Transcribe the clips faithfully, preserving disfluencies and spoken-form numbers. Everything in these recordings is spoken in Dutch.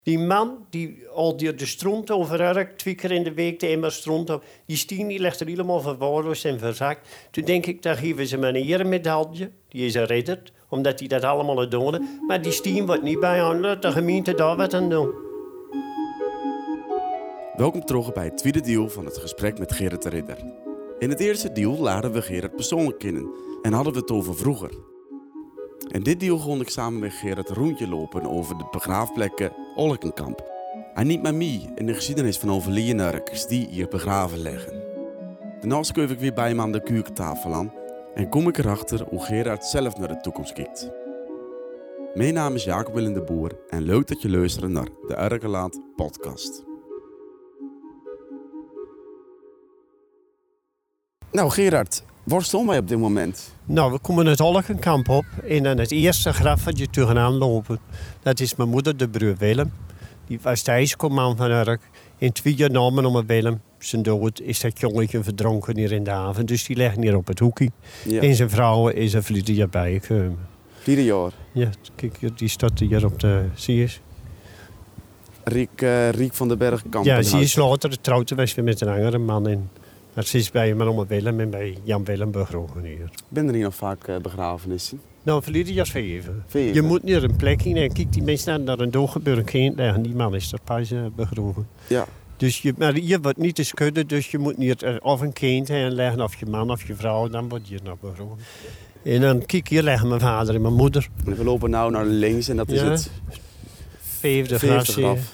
Die man die al die de stront overwerkt, twee keer in de week de emmer stront op, die Stien die ligt er helemaal verwaarloosd en verzakt. Toen denk ik, daar geven ze me een eremedaille. Die is geredderd, omdat hij dat allemaal had gedaan. Maar die Stien wordt niet behandeld, de gemeente daar wat aan doen. Welkom terug bij het tweede deel van het gesprek met Gerard de Ridder. In het eerste deel laden we Gerard persoonlijk kennen en hadden we het over vroeger. In dit deel ging ik samen met Gerard een rondje lopen over de begraafplekken Olkenkamp. En niet met mij in de geschiedenis van overleden urkers die hier begraven liggen. Daarna schuif ik weer bij me aan de keukentafel aan en kom ik erachter hoe Gerard zelf naar de toekomst kijkt. Mijn naam is Jacob Willem de Boer en leuk dat je luistert naar de Urkenlaat podcast. Nou Gerard, waar staan wij op dit moment? Nou, we komen het Olkenkamp op en dan het eerste graf wat je tegenaan lopen. Dat is mijn moeder, de broer Willem. Die was de ijskomman van Urk. In twee jaar na mijn Willem, zijn dood, is dat jongetje verdronken hier in de haven. Dus die liggen hier op het hoekje. Ja. En zijn vrouw is er verleden jaar bijgekomen. Vierde jaar? Ja, kijk, die staat hier op de... Zie je? Riek, uh, Riek van den Berg Kamp. Ja, ze is later getrouwd geweest met een andere man in. Maar ze is bij mijn oma Willem en bij Jan Willem begraven hier. Ben er hier nog vaak uh, begrafenissen? Nou, verleden jaar veven. Veven? Je moet niet een plek in en kijk die mensen naar een doodgebeurde kind leggen. Die man is er pas uh, begraven. Ja. Dus je, maar je wordt niet te schudden, dus je moet niet uh, of een kind heen leggen, of je man of je vrouw, dan word je nog begraven. En dan kijk, hier leggen mijn vader en mijn moeder. En we lopen nu naar links en dat is ja. het vijfde graf.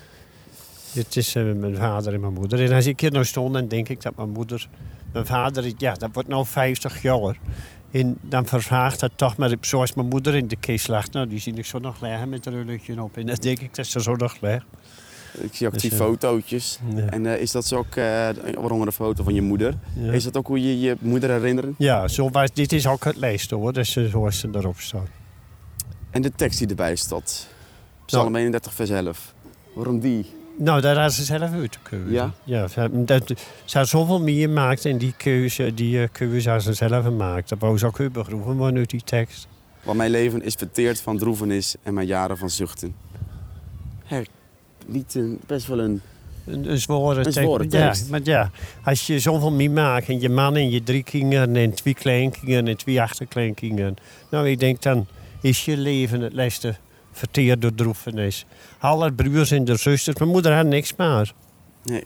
Dit is uh, mijn vader en mijn moeder. En als ik hier nou stond, dan denk ik dat mijn moeder... Mijn vader, ja, dat wordt nou vijftig jaar. En dan vervaagt dat toch, maar zoals mijn moeder in de kist lag... Nou, die zie ik zo nog liggen met een rulletje op. En dan denk ik dat ze zo nog ligt. Ik zie ook dus, die uh, fotootjes. Ja. En uh, is dat zo ook, uh, waaronder een foto van je moeder? Ja. Is dat ook hoe je je moeder herinneren? Ja, zo was, dit is ook het lijst hoor, dus zoals ze erop staat. En de tekst die erbij staat? Psalm nou. eenendertig vers elf. Waarom die? Nou, daar had ze zelf uit de keuze. Ja? Ja, dat, ze had zoveel meegemaakt en die keuze, die uh, keuze had ze zelf gemaakt. Dat wou ze ook begroeven worden uit die tekst. Want mijn leven is verteerd van droevenis en mijn jaren van zuchten. Her, niet een, best wel een... Een, een zware tekst. Een zware tekst. Ja, maar ja, als je zoveel meemaakt en je man en je drie kinderen en twee kleinkinderen en twee achterkleinkinderen. Nou, ik denk dan is je leven het laatste verteerd door droefenis. Alle broers en de zusters. Mijn moeder had niks meer. Nee.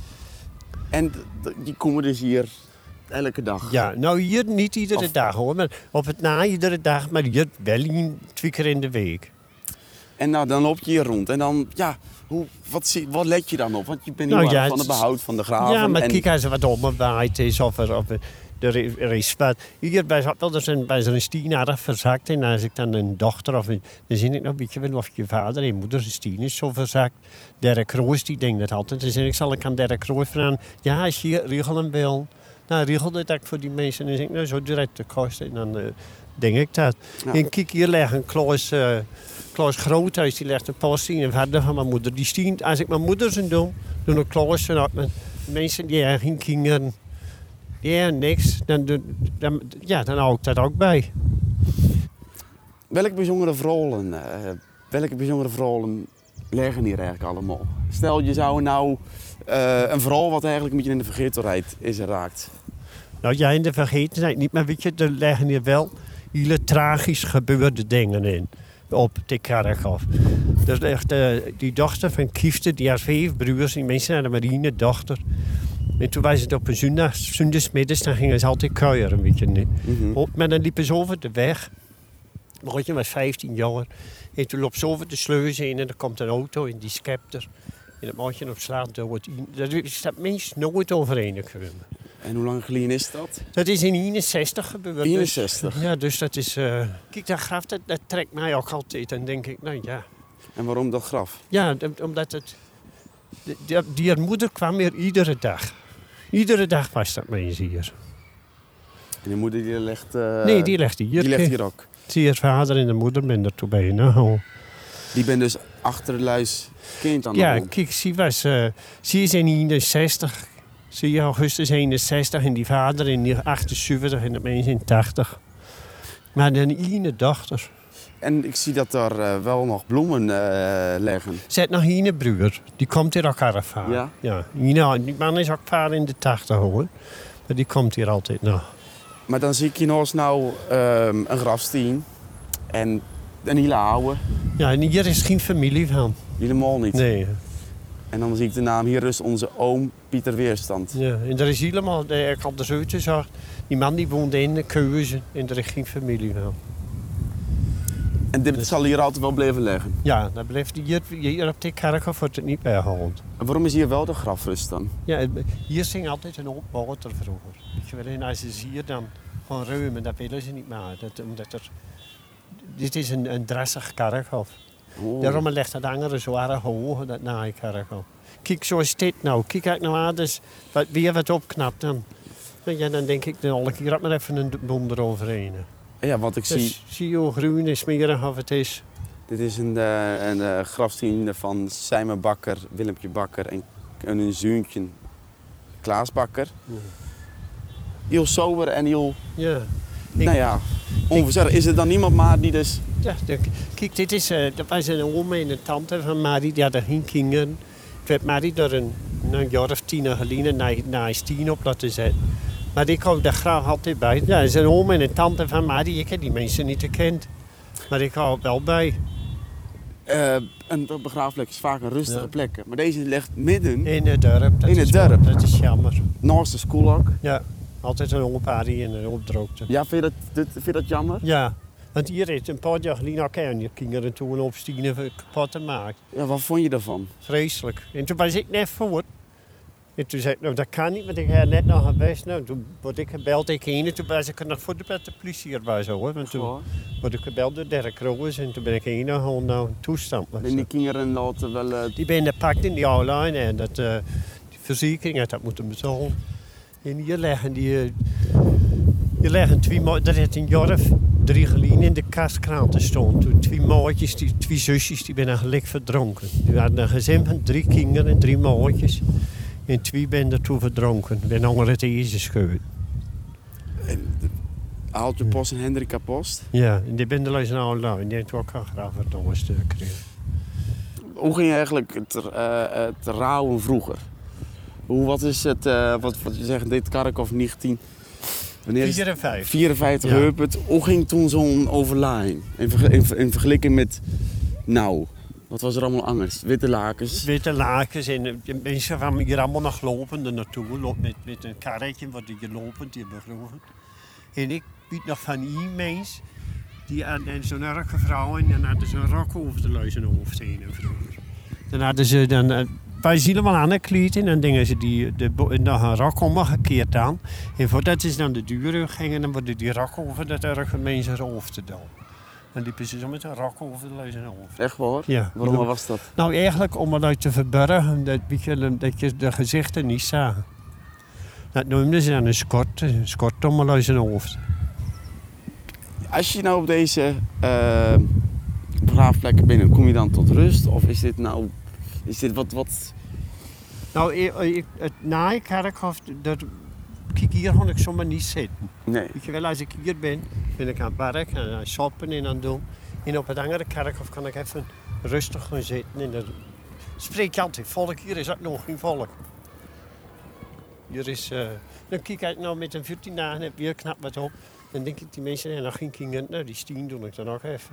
En die komen dus hier elke dag? Ja, nou hier niet iedere of... dag hoor. Maar op het na iedere dag, maar hier wel twee keer in de week. En nou, dan loop je hier rond. En dan, ja, hoe, wat, zie, wat let je dan op? Want je bent niet nou, ja, van het behoud van de graven. Ja, maar en... kijk als er wat omgewaaid is of er... Of er, er is wat. Hier bij zo'n bij zo'n Stien aardig verzakt. En als ik dan een dochter of een... Dan zie ik nog, weet je wel, of je vader en moeder Stien is zo verzakt. Derek Roos, die denkt dat altijd. Dan zeg ik, zal ik aan Derek Roos vragen. Ja, als je regelen wil. Nou, regelde dat voor die mensen. En dan zeg ik, nou, zo direct de kosten. En dan uh, denk ik dat. Ja. En kijk, hier ligt een Klaus... Uh, Klaus Groothuis, die legt een passie en vader van mijn moeder. Die Stien, als ik mijn moeder zijn doe, doen ik Klaus en ook met mensen die hebben geen kinderen. Die hebben niks, dan, dan, ja, dan hou ik dat ook bij. Welke bijzondere verhalen, uh, welke bijzondere verhalen liggen hier eigenlijk allemaal? Stel, je zou nou uh, een verhaal wat eigenlijk een beetje in de vergetelheid is geraakt. Nou ja, in de vergetelheid niet, maar weet je, er liggen hier wel hele tragisch gebeurde dingen in. Op de Karakoff. Dus echt, uh, die dochter van Kiefte, die had vijf broers, die mensen hadden maar één dochter. En toen was het op een zondag, zondagsmiddags, dan gingen ze altijd kuieren, weet je niet. Mm-hmm. Maar dan liepen ze over de weg. Broertje was vijftien jaar. En toen loopt ze over de sleuze in en er komt een auto in die scepter. En dat maatje op slaat door het. Dat is dat minst nooit overheen gekomen. En hoe lang geleden is dat? Dat is in eenenzestig gebeurd. eenenzestig? Dus, ja, dus dat is... Uh, kijk, dat graf, dat, dat trekt mij ook altijd. En denk ik, nou ja... En waarom dat graf? Ja, omdat het... Die, die moeder kwam hier iedere dag. Iedere dag was dat mens hier. En de moeder die legt... Uh, nee, die legt hier. Die legt hier ook? Zie je, vader en de moeder ben er toe bij. Nou. Die ben dus achter de luis kind aan de Ja, hond. kijk, ze was... Uh, ze is in eenenzestig... Zie je, augustus eenenzestig en die vader in achtenzeventig en de mens in tachtig. Maar dan ene dochter. En ik zie dat er uh, wel nog bloemen uh, liggen. Zet nog Hine broer. Die komt hier ook ervaren. Ja? Ja. Hine, die man is ook vaar in de tachtig hoor. Maar die komt hier altijd nog. Maar dan zie ik hier nog eens nou uh, een grafsteen. En een hele oude. Ja, en hier is geen familie van. Helemaal niet. Nee. En dan zie ik de naam, hier rust onze oom Pieter Weerstand. Ja, en er is helemaal, ik had de zuidje zag, die man die woonde in de keuze en er is geen familie van. En dit dus zal hier altijd wel blijven liggen? Ja, dat blijft hier, hier op die kerkhof wordt het niet bijgehaald. En waarom is hier wel de grafrust dan? Ja, hier ging altijd een hoop water vroeger. Weet je wel, en als ze hier dan gewoon ruimen, dat willen ze niet meer. Dat, omdat er, dit is een, een drassig kerkhof. Oh. Daarom ligt dat andere zware hoog, dat naaikerkhof. Kijk, zoals dit nou. Kijk ik nou aan, dus wat, weer wat opknapt dan. Ja, dan denk ik, de alle keer had maar even een boom eroverheen. Ja, want ik dus, zie... zie je hoe groen en smerig of het is. Dit is een, uh, een uh, grafsteen van Simon Bakker, Willempje Bakker en, en hun zoontje Klaas Bakker. Ja. Heel sober en heel... Ja. Ik, nou ja, onverzettelijk. Is er dan niemand maar die dus... Ja, de, kijk, dit is... Uh, dat was een oom en een tante van Marie, die hadden geen kinderen. Ik werd Marie door een, een jaar of tien geleden naar, naar Stien op laten zetten. Maar ik hou daar graag altijd bij. Ja, is een oom en een tante van Marie. Ik heb die mensen niet gekend. Maar ik hou er wel bij. Uh, een begraafplek is vaak een rustige ja. plek. Maar deze ligt midden... In het dorp. Dat in het dorp. Dat is jammer. Naast de school ook. Ja, altijd een opa die in de opdroogte. Ja, vind je, dat, dit, vind je dat jammer? Ja, want hier heeft een paar jaar geleden ook een kinderen toen op Stien kapot te maken. Ja, wat vond je daarvan? Vreselijk. En toen was ik net voor. En toen zei ik, nou dat kan niet, want ik heb net nog geweest. Nou, toen word ik gebeld, ik heen. En toen was ik er nog voor de, de politie erbij zo hoor. Want toen oh. word ik gebeld door Dirk Roos en toen ben ik heen naar gewoon nou toestand. En die kinderen laten wel... Uh... Die ben gepakt in die oude en dat, uh, die verzekering had dat moeten betalen. En hier leggen die... Uh, hier liggen twee maatjes, er heeft een jaar of drie geleden in de kastkranten stond. Toen twee maatjes, die, twee zusjes, die zijn gelijk verdronken. Die hadden een gezin van drie kinderen en drie maatjes. En twee ben er toen verdronken. Ik ben onder het ijzer gescheurd. Aaltje Post en Hendrika Post? Ja, en die ben er dus nou lang. En die heeft ook al graag wat nog een stuk gekregen. Hoe ging eigenlijk het, uh, het rouwen vroeger? Hoe, wat is het, uh, wat, wat je zegt, dit kerkhof negentien... vierenvijftig. vierenvijftig, ja. Heupert. Hoe ging toen zo'n overlaaiing? In, verge- in, in vergelijking met nou... Wat was er allemaal anders? Witte lakens? Witte lakens en de mensen van hier allemaal nog lopend naartoe. Loop met, met een karretje wat je lopend hier begroeven. En ik weet nog van die mens, die had zo'n erge vrouw en dan hadden ze een rok over de luizen hoofd heen vroeger. Dan hadden ze dan, uh, wij zien allemaal aangekleed en dan dingen ze die, de, de, nog een rok omgekeerd aan. En voordat ze dan de deur gingen, dan worden die rok over dat erge mensen hoofd te doen. Dan liepen ze zo met een rok over de luizen hoofd. Echt waar? Ja. Waarom was dat? Nou, eigenlijk om het uit te verbergen, dat, dat je de gezichten niet zag. Dat noemden ze dan een schort, een schort om het luizen hoofd. Als je nou op deze uh, begraafplekken binnen, kom je dan tot rust? Of is dit nou, is dit wat... wat... Nou, ik, het naaikerkhof, dat... Kijk, hier kon ik zomaar niet zitten. Nee. Weet je wel, als ik hier ben, ben ik aan het werk, aan het shoppen en aan het doen. En op het andere kerkhof kan ik even rustig gaan zitten. En dan spreek je altijd volk, hier is ook nog geen volk. Hier is, uh, dan kijk ik nou met een veertien dagen, heb weer knap wat op. Dan denk ik, die mensen hebben nog geen kinderen, nou die stien doe ik dan ook even.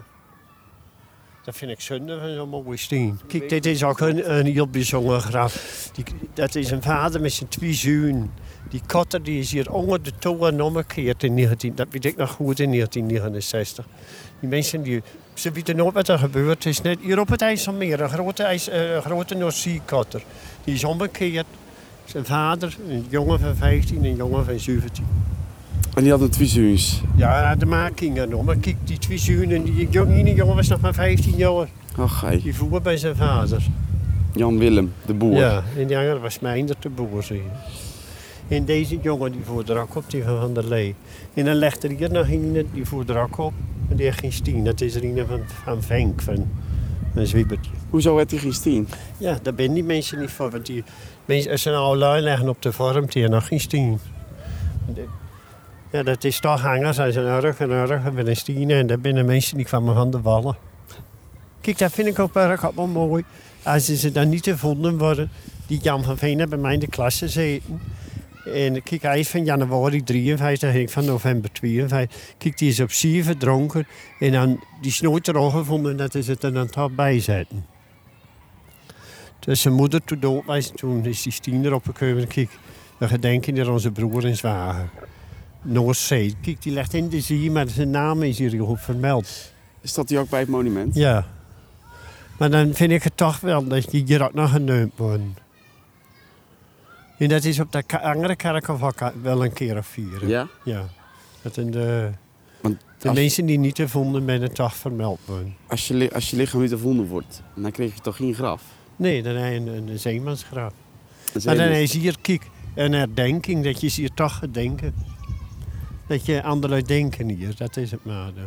Dat vind ik zonde van zo'n mooie steen. Kijk, dit is ook een, een heel bijzonder graf. Die, dat is een vader met zijn twee zonen. Die kotter die is hier onder de toren omgekeerd in negentien, dat weet ik nog goed, in negentien negenenzestig. Die mensen, die, ze weten nooit wat er gebeurd is. Net hier op het IJsselmeer, een grote, ijs, uh, grote Noordzee-kotter. Die is omgekeerd. Zijn vader, een jongen van vijftien en een jongen van zeventien. En die hadden twee zoons? Ja, de makingen nog. Maar kijk, die twee zonen, die jongen, jongen was nog maar vijftien jaar. Ach, hey. Die voer bij zijn vader. Jan Willem, de boer. Ja, en die andere was Meindert, de boer. Zie je. En deze jongen die voert er ook op, die van Van der Lee. En dan legt er hier nog een, die voert er ook op. En die heeft geen stien. Dat is er een van, van Venk, van een zwiebertje. Hoezo heeft hij geen stien? Ja, daar ben die mensen niet voor. Want die mensen, als ze nou lui leggen op de vorm, die hebben nog geen stien. Ja, dat is toch hangers als een erg en erg met een stien. En daar binnen mensen die kwamen van de wallen. Kijk, dat vind ik ook erg wel mooi. Als ze dan niet gevonden worden. Die Jan van Veen hebben bij mij in de klas gezeten. En kijk, hij is van januari drieënvijftig en ik van november tweeënvijftig. Kijk, die is op zeven verdronken. En dan, die is nooit teruggevonden en dat is het er dan toch bij zetten. Dus zijn moeder toen dood was, toen is die stien erop gekomen. Kijk, we gedenken aan onze broer en zwager. Noordzee. Kijk, die ligt in de zee, maar zijn naam is hier goed vermeld. Is dat die ook bij het monument? Ja. Maar dan vind ik het toch wel dat die hier ook nog genoemd worden. En dat is op de andere kerkhof ook wel een keer of vier. Ja? Ja. Dat in de Want de als, mensen die niet gevonden werden, toch vermeld worden. Als je, als je lichaam niet gevonden wordt, dan krijg je toch geen graf? Nee, dan heb je een, een zeemansgraf. Een Maar dan zeemans- is hier, kijk, een herdenking, dat je hier toch gedenken. Dat je anderen denken hier, dat is het maar.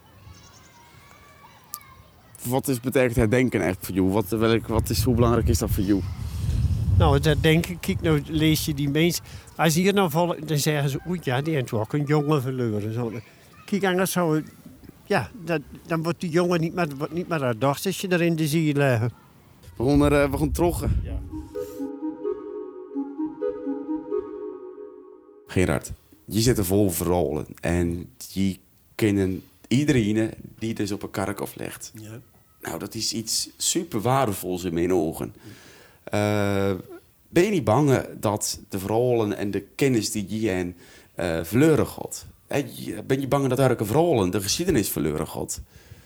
Wat is, betekent herdenken echt voor jou? Wat, welk, wat is, hoe belangrijk is dat voor jou? Nou, het herdenken, kijk, nou lees je die mensen. Als hier nou volgt, dan zeggen ze, oei, ja, die heeft ook een jongen verloren. Zo. Kijk, anders zou het, ja, dat, dan wordt die jongen niet meer, wordt niet meer herdacht als je er in de zee leggen. We gaan, er, uh, we gaan troggen. Ja. Gerard, je zit er vol verhalen en je kennen iedereen die dus op een kerkhof ligt. Ja. Nou, dat is iets super waardevols in mijn ogen. Uh, ben je niet bang dat de verhalen en de kennis die je en uh, verloren gaat? Hey, ben je bang dat eigenlijk een verhalen, de geschiedenis verloren gaat?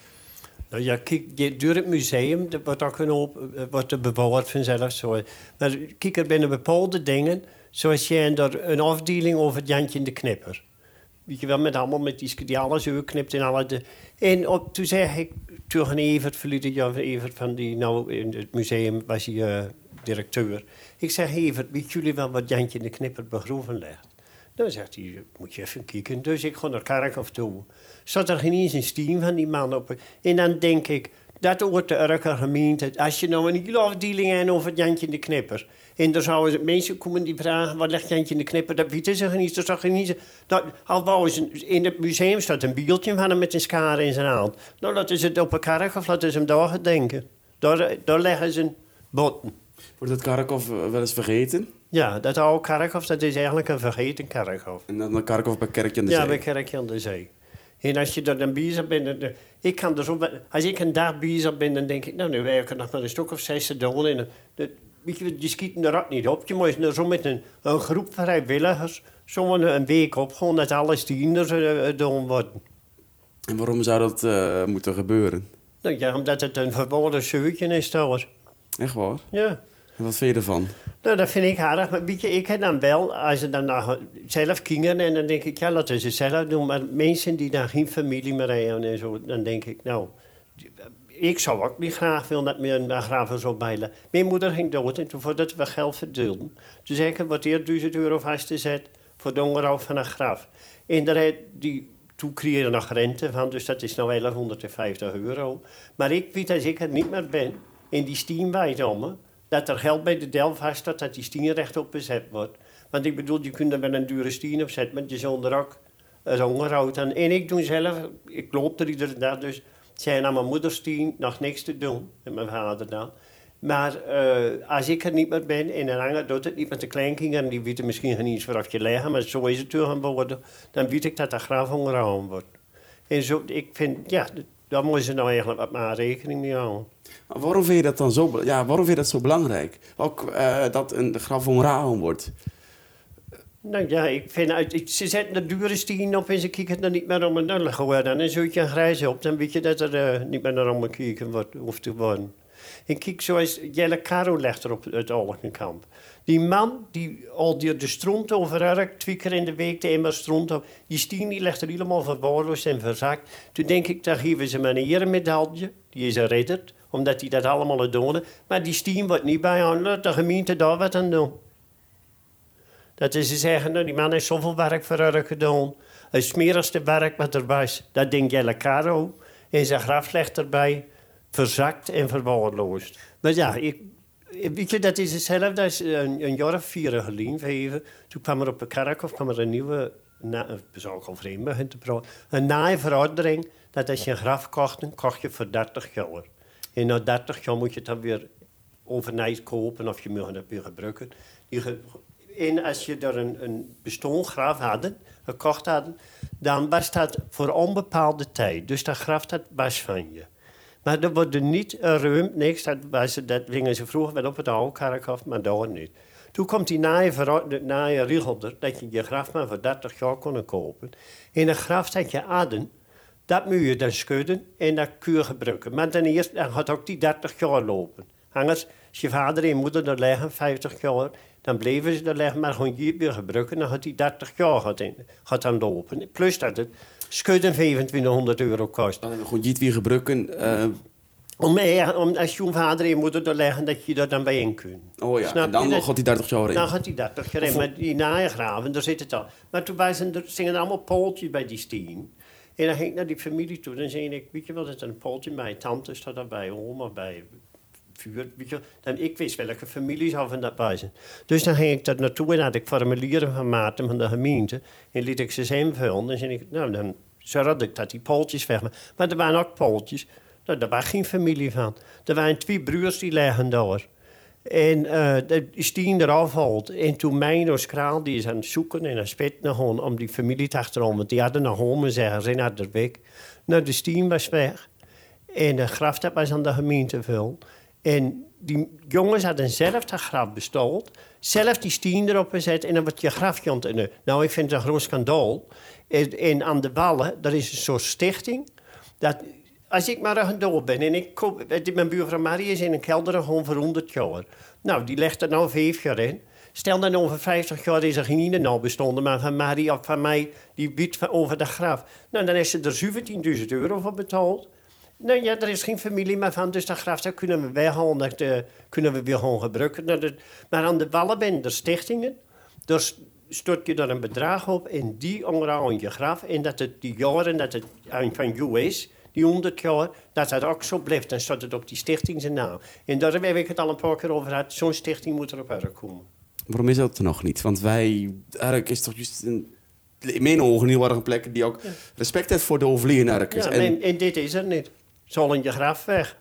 Nou ja, kijk, door het museum dat wordt ook een hoop, wordt er bewaard vanzelf zo. Maar kijk, er binnen bepaalde dingen, zoals jij er een afdeling over het Jantje in de Knipper. Weet je wel, met allemaal met die, die alles knipt en alle de. En op, toen zei ik tegen Evert, verleden jaar Evert van die, nou in het museum was hij uh, directeur. Ik zeg, Evert, weet jullie wel wat Jantje in de Knipper begroeven ligt? Dan zegt hij, moet je even kijken. Dus ik ga naar Kerkhof toe. Zat er geen eens een stiem van die man op. En dan denk ik, dat hoort de Urker gemeente. Als je nou een hele afdeling hebt over het Jantje in de Knipper. En er zouden mensen komen die vragen, wat ligt Jantje in de Knipper? Dat weten ze niet. Dat zag niet. Nou, al wou ze, in het museum staat een beeldje van hem met een schaar in zijn hand. Nou, dat is het op een Kerkhof, laten ze hem daar gedenken. Daar, daar leggen ze een botten. Wordt het kerkhof wel eens vergeten? Ja, dat oude Kerkhof, dat is eigenlijk een vergeten Kerkhof. En dan een kerkhof bij Kerkje aan de Ja, Zee? bij Kerkje aan de Zee. En als je er dan bezig bent... dan- Ik kan er zo, als ik een dag bezig ben, dan denk ik... Nou, nu werk ik nog maar een stuk of zes te doen. En dat, weet je, die schieten er ook niet op. Je moet er zo met een, een groep vrijwilligers... zo een, een week op, gewoon dat alle stieners uh, doen worden. En waarom zou dat uh, moeten gebeuren? Nou ja, omdat het een verboden zeutje is trouwens. Echt waar? Ja. En wat vind je ervan? Nou, dat vind ik aardig. Maar weet je, ik heb dan wel, als ze dan nou zelf kinderen... en dan denk ik, ja, laten ze het zelf doen. Maar mensen die dan geen familie meer hebben en zo... dan denk ik, nou... Ik zou ook niet graag willen dat me een graf zo bijlen. Mijn moeder ging dood en toen voordat we geld verdeelden... toen zei ik, wat eerst duizend euro vast te zetten... voor de onderhoud van een graf. En daar had die... Toen kreeg je nog rente van, dus dat is nou elfhonderdvijftig euro. Maar ik weet, als ik er niet meer ben... in die stien wijs om me... dat er geld bij de Delft vaststaat dat die stien rechtop bezet wordt. Want ik bedoel, je kunt er wel een dure stien op zetten... maar je zult er ook het onderhoud aan. En ik doe zelf, ik loop er iedere dag, dus... zijn aan mijn moeders stien nog niks te doen. En mijn vader dan. Maar uh, als ik er niet meer ben en een ander doet het niet met de kleinkinderen... die weten misschien geen iets vooraf je leggen... maar zo is het toe gaan worden... dan weet ik dat de graf onderhouden wordt. En zo, ik vind, ja, daar moeten ze nou eigenlijk wat maar rekening mee houden. Maar waarom vind je dat dan zo, ja, waarom vind je dat zo belangrijk? Ook uh, dat een graf onderhouden wordt. Nou ja, ik vind, uit, ik, ze zetten de dure stien op en ze kijken er niet meer om en dan gewoon. Dan zoek je een grijs op, dan weet je dat er uh, niet meer naar om gekeken wordt, hoeft te worden. En kijk, zoals Jelle Caro legt er op het Olkenkamp. Die man die al die de stront overwerkt, twee keer in de week de emmer stront op. Die stien die legt er helemaal verwaarloosd en verzakt. Toen denk ik, dan geven ze me een eremedaille. Die is herinnerd, omdat hij dat allemaal doen. Maar die stien wordt niet bij aan, laat de gemeente daar wat aan doen. Dat is ze zeggen, nou, die man heeft zoveel werk voor haar gedaan. Het smerigste werk wat er was, dat denkt Jelle Caro. En zijn graf legt erbij, verzakt en verwaarloosd. Maar ja, ik, weet je, dat is hetzelfde als een, een jaar of vier geleden. Toen kwam er op de Kerkhof kwam er een nieuwe na, bezorg al vreemd begint te praten. Een naaie verordening, dat als je een graf kocht, kocht je voor dertig jaar. En na dertig jaar moet je het dan weer overnight kopen of je moet het weer gebruiken. Die ge- en als je er een, een bestaand graf had, gekocht had, dan was dat voor onbepaalde tijd. Dus dat graf dat was van je. Maar er wordt er niet ruimd, niks. Dat, was, dat gingen ze vroeger wel op het oude kerkhof, maar daar niet. Toen komt die naaie regel dat je je graf maar voor dertig jaar kon kopen. En een graf dat je hadden, dat moet je dan schudden en dat kun je gebruiken. Maar ten eerste dan gaat ook die dertig jaar lopen. Anders, als je vader en moeder er liggen, vijftig jaar, dan bleven ze er liggen, maar gewoon je weer gebruiken. Dan gaat die dertig jaar gaat, in, gaat dan lopen. Plus dat het schudden vijfentwintighonderd euro kost. Dan hebben we gewoon je het weer gebruiken. Uh... Om, om als je vader en moeder er liggen, dat je er dan bij in kunt. Oh ja, Snap en dan gaat die dertig jaar in. Dan gaat die dertig jaar in, maar die naaigraven, daar zit het al. Maar toen waren er, zingen er allemaal pooltjes bij die stien. En dan ging ik naar die familie toe. Dan zei ik, weet je wel, dat er een pooltje bij tante staat daarbij, oma bij vuur. Weet je, dan, ik wist welke families al van dat bij zijn. Dus dan ging ik daar naartoe en had ik formulieren van maten van de gemeente. En liet ik ze invullen. En zei ik, nou, dan zorgde ik dat die pooltjes weg waren. Maar er waren ook pooltjes. Nou, daar was geen familie van. Er waren twee broers die liggen daar. En uh, de stien eraf haalt. En toen mijn als kraal, die is aan het zoeken en aan het spitten naar gewoon om die familie te achterom. Want die hadden nog home zeggen, ze naar de weg. Nou, de stien was weg. En de graf dat was aan de gemeente veel. En die jongens hadden zelf dat graf besteld. Zelf die stien erop gezet en dan wordt je grafje ontdekt. Nou, ik vind het een groot schandaal. En, en aan de Wallen, dat is een soort stichting. Dat... Als ik maar een door ben en ik koop... Mijn buurvrouw Marie is in een kelder gewoon voor honderd jaar. Nou, die legt er nou vijf jaar in. Stel dan over vijftig jaar is er geen nou bestonden, maar van Marie of van mij, die biedt over de graf. Nou, dan is ze er zeventienduizend euro voor betaald. Nou ja, er is geen familie meer van, dus dat graf dat kunnen we weghalen, dat uh, kunnen we weer gewoon gebruiken. Nou, dat, maar aan de Wallen ben er stichtingen. Daar stort je er een bedrag op en die onderhouden je graf. En dat het die jaren dat het van jou is... Die honderd jaar, dat dat ook zo blijft. Dan staat het op die stichting zijn naam. En daar heb ik het al een paar keer over gehad. Zo'n stichting moet er op werk komen. Waarom is dat er nog niet? Want wij... Eigenlijk is toch juist een... In mijn ogen heel erg een plek die ook ja. respect heeft voor de overleden erkens. Ja, en, en dit is er niet. Zal in je graf weg.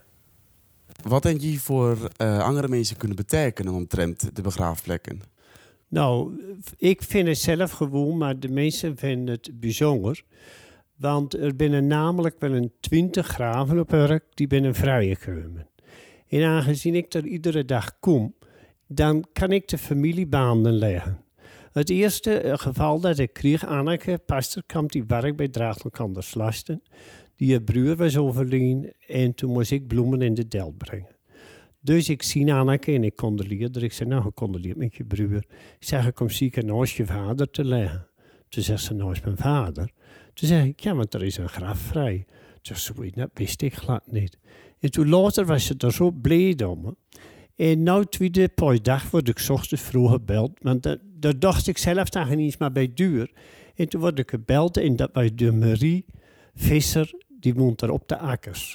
Wat denk je voor uh, andere mensen kunnen betekenen omtrent de begraafplekken? Nou, ik vind het zelf gewoon, maar de mensen vinden het bijzonder. Want er binnen namelijk wel een twintig graven op Urk die binnen vrijgekomen. En aangezien ik er iedere dag kom, dan kan ik de familiebanden leggen. Het eerste geval dat ik kreeg, Anneke Pasterkamp, die werkt bij Draagtelkander Slasten. Die broer was overleden en toen moest ik bloemen in de del brengen. Dus ik zie Anneke en ik condoleerde. Ik zei, nou, gecondoleerd met je broer. Ik zeg, ik kom zeker naast je vader te leggen. Toen zegt ze, naast mijn vader. Toen zei ik, ja, want er is een graf vrij. Toen zei ze, dat wist ik glad niet. En toen later was ze er zo blij om. En nou, tweede paar dag word ik 's ochtends vroeg gebeld. Want dat, dat dacht ik zelf dan niet maar bij duur. En toen word ik gebeld en dat was de Marie Visser, die woont daar op de akkers.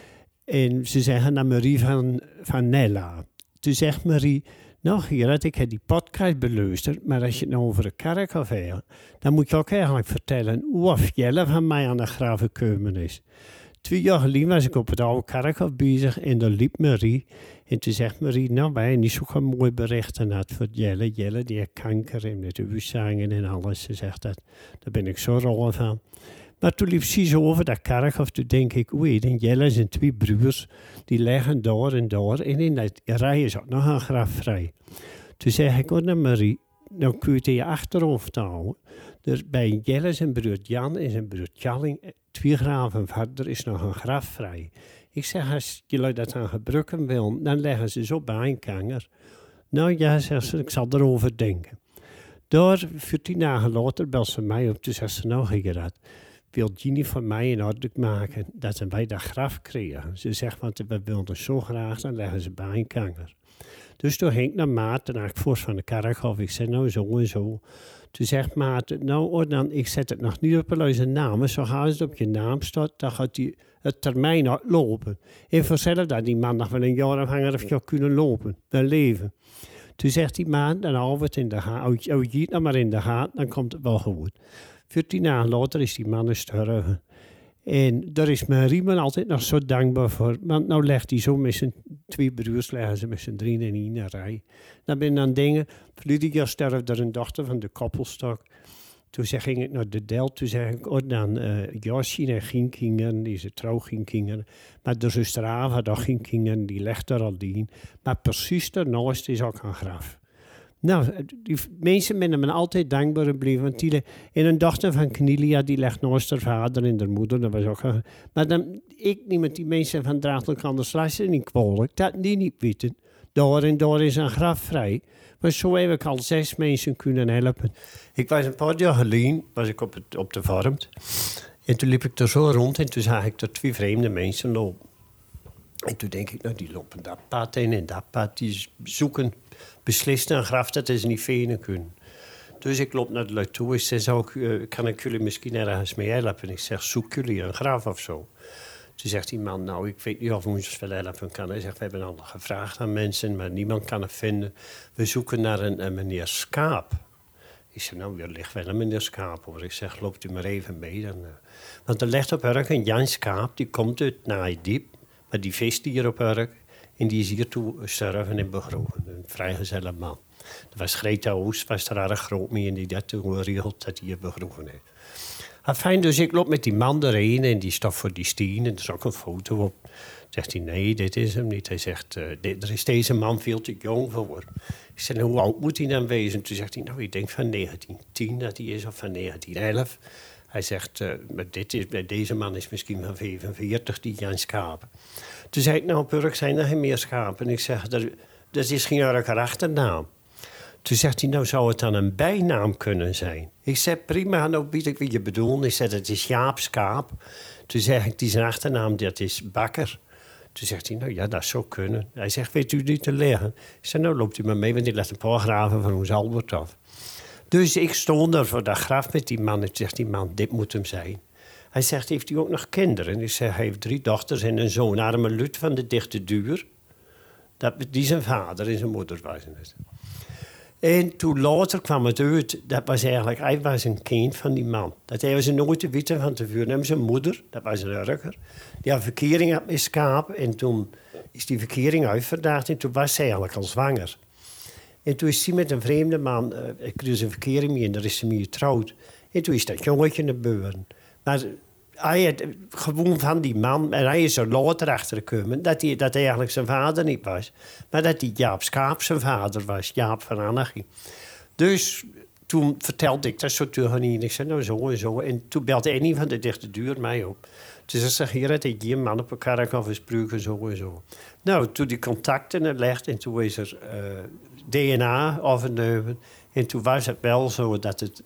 En ze zeggen naar Marie van, van Nella. Toen zegt Marie, nou Gerard, ik heb die podcast beluisterd, maar als je het nou over een kerkhof hebt, dan moet je ook eigenlijk vertellen hoe of Jelle van mij aan de graf gekomen is. Twee jaar geleden was ik op het oude kerkhof bezig en daar liep Marie. En toen zegt Marie, nou wij hebben niet zo'n mooi berichten had voor Jelle. Jelle die heeft kanker en met de uitzagen en alles. Ze zegt dat, daar ben ik zo rol van. Maar toen liep ze zo over dat kerkhof, toen denk ik, oei, en Jelle zijn twee broers, die liggen daar en daar. En in dat rij is ook nog een graf vrij. Toen zeg ik, oh, naar Marie, dan kun je het in je achterhoofd houden. Dus bij Jelle zijn broer Jan en zijn broer Tjalling, twee graven verder, is nog een graf vrij. Ik zeg, als jullie dat gaan gebruiken willen, dan leggen ze zo bij een kanger. Nou ja, zegt ze, ik zal erover denken. Daar, veertien dagen later, belt ze mij op, toen zegt ze, nou Gerard, wil Ginny van mij in orde maken dat wij dat graf kregen. Ze zegt, want we wilden zo graag, dan leggen ze bij een kanger. Dus toen ging ik naar Maarten, naar ik voor van de kerkhof. Ik zei, nou zo en zo. Toen zegt Maarten, nou oh, dan, ik zet het nog niet op zijn naam. Zo gaan het op je naam staat, dan gaat die, het termijn uitlopen. En vanzelf dat die man nog wel een jaar afhanger of je kunnen lopen, wel leven. Toen zegt die man, dan houden we het in de gaten. Hou je het nou maar in de gaten, dan komt het wel goed. veertien jaar later is die man gestorven. En daar is mijn Riemen altijd nog zo dankbaar voor. Want nou legt hij zo met zijn twee broers, leggen ze met zijn drieën in één rij. Dan ben ik aan dingen. Verleden jaar sterfde er een dochter van de koppelstok. Toen zeg, ging ik naar de Del. Toen zeg ik, oh, dan uh, Josje en geen kinderen, die ze trouw geen kinderen. Maar de zuster Ava, dat geen kinderen, die legt er al in. Maar precies daarnaast is ook een graf. Nou, die mensen zijn me altijd dankbaar gebleven. Want die, en een dochter van Knilia, die legt naast haar vader en haar moeder. Dat was ook een, maar dan, ik niet met die mensen van Drachtelijk anders luisteren niet kwalijk. Dat die niet weten. Daar en daar is een graf vrij. Maar zo heb ik al zes mensen kunnen helpen. Ik was een paar jaar geleden was ik op, het, op de Vormt. En toen liep ik er zo rond en toen zag ik er twee vreemde mensen lopen. En toen denk ik, nou, die lopen dat pad in en dat pad. Die zoeken beslist een graf dat ze niet vinden kunnen. Dus ik loop naar de lui toe. Ik zeg, ook, uh, kan ik jullie misschien ergens mee helpen? Ik zeg, zoek jullie een graf of zo? Toen zegt die man, nou, ik weet niet of we ons veel helpen kan. Hij zegt, we hebben al gevraagd aan mensen, maar niemand kan het vinden. We zoeken naar een, een meneer Skaap. Ik zeg, nou, er ligt wel een meneer Skaap, hoor. Ik zeg, loopt u maar even mee. Dan, uh. Want er ligt op Urk een Jan Skaap, die komt uit Naaidiep. Maar die vist hier op Urk. En die is hier toe sterven en begroven. Een vrijgezelle man. Er was Greta Oos, was er erg groot mee. En die dat toen geregeld dat hij hier begroven heeft. Fijn, dus ik loop met die man erheen en die staat voor die stien. En er is ook een foto op. Zegt hij, nee, dit is hem niet. Hij zegt, uh, dit, er is deze man veel te jong voor. Ik zeg, hoe oud moet hij dan wezen? Toen zegt hij, nou, ik denk van negentien tien dat hij is, of van negentien elf. Hij zegt, uh, maar dit is, deze man is misschien van vijfenveertig, die Jan Schaap. Toen zei ik, nou, Purk, zijn er geen meer schapen? En ik zeg, er, dat is geen erger achternaam. Toen zegt hij, nou zou het dan een bijnaam kunnen zijn? Ik zeg, prima, nou weet ik wat je bedoelt. Ik zeg, het is Jaap Skaap. Toen zeg ik, die zijn achternaam, dat is Bakker. Toen zegt hij, nou ja, dat zou kunnen. Hij zegt, weet u niet te leggen? Ik zeg, nou loopt u maar mee, want die legt een paar graven van ons Albert af. Dus ik stond er voor dat graf met die man. En toen zegt die man, dit moet hem zijn. Hij zegt, heeft u ook nog kinderen? Ik zeg, hij heeft drie dochters en een zoon. Arme Lut van de Dichte Duur. Dat, die zijn vader en zijn moeder waren het. En toen later kwam het uit, dat was eigenlijk, hij was een kind van die man. Dat hij was nooit te weten van tevoren. En zijn moeder, dat was een Urker, die had verkering had met Skaap. En toen is die verkering uitverdaagd en toen was ze eigenlijk al zwanger. En toen is hij met een vreemde man, uh, ik kreeg een verkering mee en daar is ze mee getrouwd. En toen is dat jongetje naar buiten. Maar hij had gewoon van die man, en hij is er later achter gekomen, dat hij, dat hij eigenlijk zijn vader niet was. Maar dat hij Jaap Skaap zijn vader was, Jaap van Annachie. Dus toen vertelde ik dat zo tegen hem. Ik zei, nou zo en zo. En toen belde een van de Dichte Duur mij op. Dus hij zegt, hier had ik die man op elkaar kan verspreken, zo en zo. Nou, toen die contacten legde en toen is er uh, D N A afgenomen. En toen was het wel zo dat het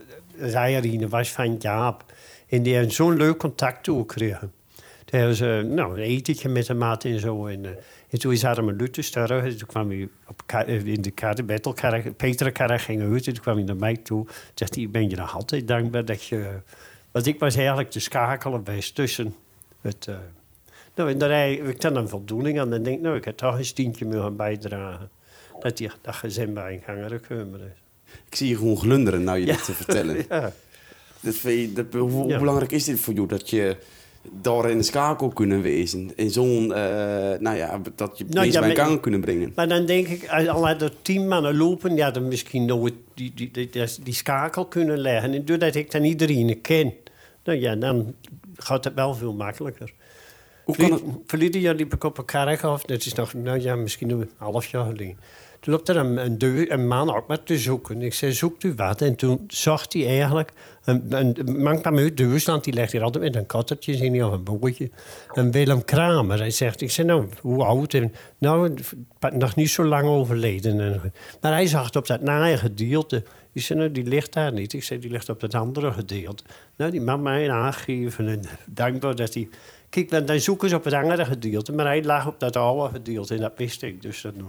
rijerine was van Jaap. En die hebben zo'n leuk contact toegekregen. Toen hebben ze nou, een etentje met de maat en zo. En, uh, en toen is Arme Lut sterven. En toen kwam hij op, in de kar, Bettelkar, Peterkar ging uit. En toen kwam hij naar mij toe. Toen zegt hij, ben je nog altijd dankbaar dat je... Want ik was eigenlijk te schakelen bij tussen het... Uh, nou, en daar heb ik dan een voldoening aan. Dan denk ik, nou, ik heb toch een stientje moeten bijdragen. Dat die dat gezin bij een ganger gekomen is. Ik zie je gewoon glunderen nou je ja. dit te vertellen. ja. Dat, dat, hoe, hoe ja. belangrijk is dit voor jou? Dat je daar in de schakel kunnen wezen. In zo'n, uh, nou ja, dat je nou, mensen ja, bij elkaar kunnen brengen. Maar dan denk ik, als al er tien mannen lopen, ja, dan misschien nooit die, die, die, die, die schakel kunnen leggen. En doordat ik dan iedereen ken, nou ja, dan gaat het wel veel makkelijker. Hoe kan het? Verleden jaar liep ik op een kerk af, dat is nog, nou ja, misschien een half jaar geleden. Toen loopt er een, een, deur, een man ook maar te zoeken. Ik zei, zoekt u wat? En toen zag hij eigenlijk... Een, een, een man kwam uit Duitsland, die legt hier altijd met een kattertje in of een bootje. Een Willem Kramer. Hij zegt, ik zei, nou, hoe oud? En, nou, nog niet zo lang overleden. En, maar hij zag het op dat naaie gedeelte. Ik zei, nou, die ligt daar niet. Ik zei, die ligt op dat andere gedeelte. Nou, die man mij aangeven en dankbaar dat hij... Kijk, dan zoeken ze op het andere gedeelte. Maar hij lag op dat oude gedeelte en dat wist ik. Dus dat...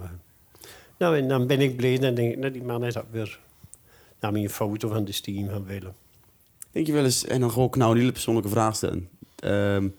Nou, en dan ben ik blij en denk ik, nou, die man heeft dat weer... nam een foto van de Steam van Willem. Denk je wel eens, en dan ga ik nou een hele persoonlijke vraag stellen. Um,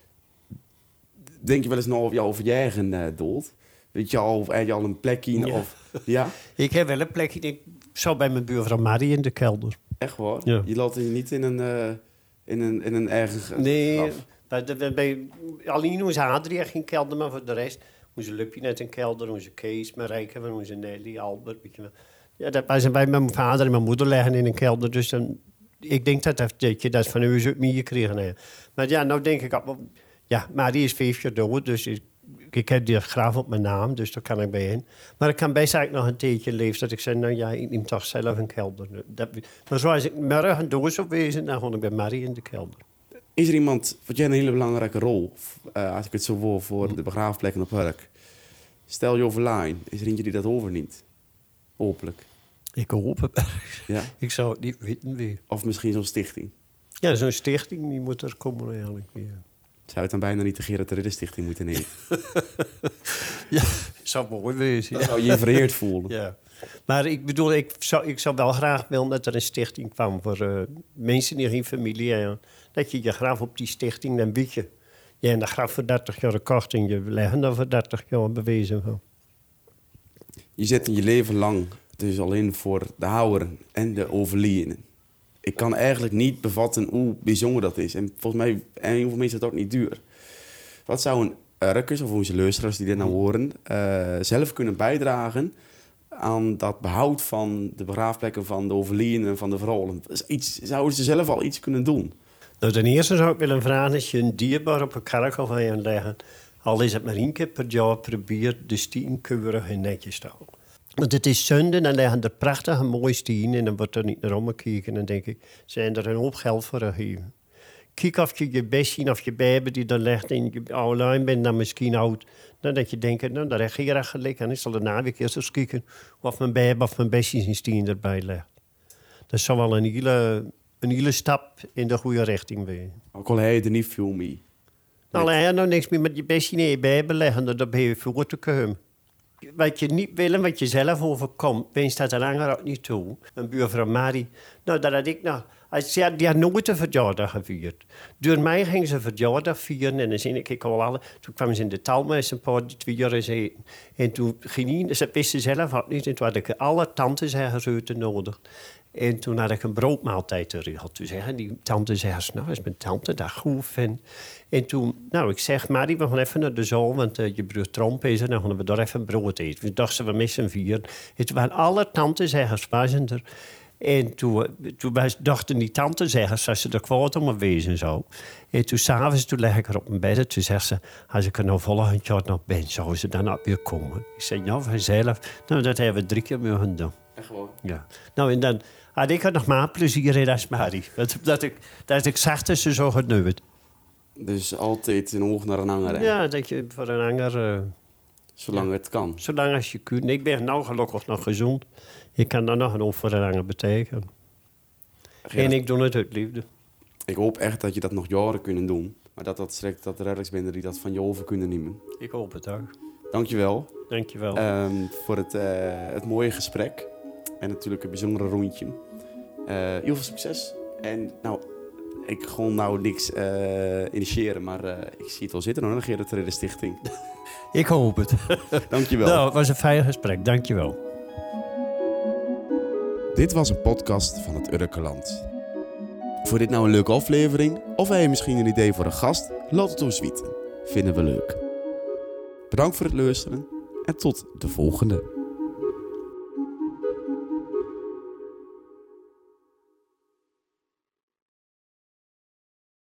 denk je wel eens nou over jou over je eigen uh, dood? Weet je al, of heb je al een plekje? Ja. Of, ja? Ik heb wel een plekje, ik zou bij mijn buurvrouw Marie in de kelder. Echt waar? Ja. Je laat je niet in een, uh, in een, in een erg Nee, graf? bij, bij, bij, alleen onze Adrie geen kelder, maar voor de rest... Onze Luppie net een kelder, onze Kees, Marijke, onze Nelly, Albert. Weet je wel. Ja, dat wij zijn bij mijn vader en mijn moeder liggen in een kelder. Dus dan, ik denk dat, dat je dat van u ook meer gekregen hebt. Maar ja, nou denk ik... Ja, maar die is vijf jaar dood, dus ik, ik heb die graaf op mijn naam, dus daar kan ik bij in. Maar ik kan best eigenlijk nog een tijdje leven dat ik zeg, nou ja, ik neem toch zelf een kelder. Dat, maar zoals ik morgen dood zou wezen, dan ga ik bij Marie in de kelder. Is er iemand, wat jij een hele belangrijke rol, uh, als ik het zo wil, voor de begraafplekken op Urk? Stel je overlijdt, is er eentje die dat overneemt? Hopelijk. Ik hoop het. Ja? Ik zou het niet weten wie. Of misschien zo'n stichting? Ja, zo'n stichting die moet er komen eigenlijk weer. Zou het dan bijna niet de Gerard de Ridder Stichting moeten nemen? Ja, zou mooi wezen. Dan zou je je vereerd voelen. Ja. Maar ik bedoel, ik zou, ik zou wel graag willen dat er een stichting kwam voor uh, mensen die geen familie hebben. Dat je je graf op die stichting, dan bied je. Je hebt de graf voor dertig jaar gekocht en je leggen dan voor dertig jaar bewezen. Van. Je zet in je leven lang dus al in voor de houder en de overledenen. Ik kan eigenlijk niet bevatten hoe bijzonder dat is. En volgens mij, en heel veel mensen is dat ook niet duur. Wat zou een Urkers of onze luisteraars die dit nou horen, uh, zelf kunnen bijdragen aan dat behoud van de begraafplekken van de overledenen en van de vrouwen? Iets, zouden ze zelf al iets kunnen doen? Nou, ten eerste zou ik willen vragen als je een dierbaar op een kerkhof aan je leggen, al is het maar één keer per jaar, probeer de stien keurig en netjes te houden. Want het is zonde, dan liggen er prachtige mooie stien en dan wordt er niet naar omgekeken. En dan denk ik, zijn er een hoop geld voor gegeven. Kijk of je je bestje of je baby die er ligt en je oude bent dan misschien oud. Dan dat je denkt, nou, daar heb je graag gelijk. En ik zal daarna weer eens kijken of mijn baby of mijn bestje in stien erbij ligt. Dat zou wel een hele, een hele stap in de goede richting zijn. Ook al heb je er niet veel mee. Nou, hij had nou niks meer met je bestje in je baby leggen, dat ben je voor te komen. Wat je niet wil en wat je zelf overkomt, wens dat er langer ook niet toe. Een buurvrouw Marie, nou, dat had ik nog... Zei, die had nooit een verjaardag gevierd. Door mij ging ze een verjaardag vieren en dan zie ik al alle... Toen kwamen ze in de taal met een paar die twee jaar eten. En toen ging hij, ze wisten zelf ook niet. En toen had ik alle tantes nodig. En toen had ik een broodmaaltijd geregeld. Toen zeggen die tante, zeggen, nou, is mijn tante dat goed vindt. En toen, nou, ik zeg, Marie, we gaan even naar de zaal, want uh, je broer Tromp is er, dan gaan we daar even brood eten. We dachten, we missen vier. En toen waren alle tantezeggers waren er. En toen, toen dachten die tantezeggers dat ze er kwaad om wezen zou. En toen s'avonds, toen leg ik er op mijn bed en toen zegt ze, als ik er nou volgend jaar nog ben, zou ze dan ook weer komen? Ik zei, ja, vanzelf. Nou, dat hebben we drie keer moeten doen. Echt gewoon? Ja. Nou, en dan had ik er nog maar plezier in als Marie. Dat, dat, ik, dat ik zag dat ze zo genuwd. Dus altijd een oog naar een ander. Hè? Ja, dat je voor een ander... Uh, zolang ja. het kan. Zolang als je kunt. Ik ben nou gelukkig nog gezond. Ik kan dan nog een oog voor een ander betekenen. En ik doe het uit liefde. Ik hoop echt dat je dat nog jaren kunnen doen. Maar dat dat strekt dat de reddingsbenden die dat van je over kunnen nemen. Ik hoop het ook. Dankjewel. Dankjewel. Um, voor het, uh, het mooie gesprek. En natuurlijk een bijzondere rondje. Uh, heel veel succes. En nou, ik ga nou niks uh, initiëren, maar uh, ik zie het wel zitten hoor, de Gerard de Ridder Stichting. Ik hoop het. Dankjewel. Nou, het was een fijn gesprek. Dankjewel. Dit was een podcast van het Urkerland. Voor dit nou een leuke aflevering? Of heb je misschien een idee voor een gast? Laat het ons weten. Vinden we leuk. Bedankt voor het luisteren en tot de volgende.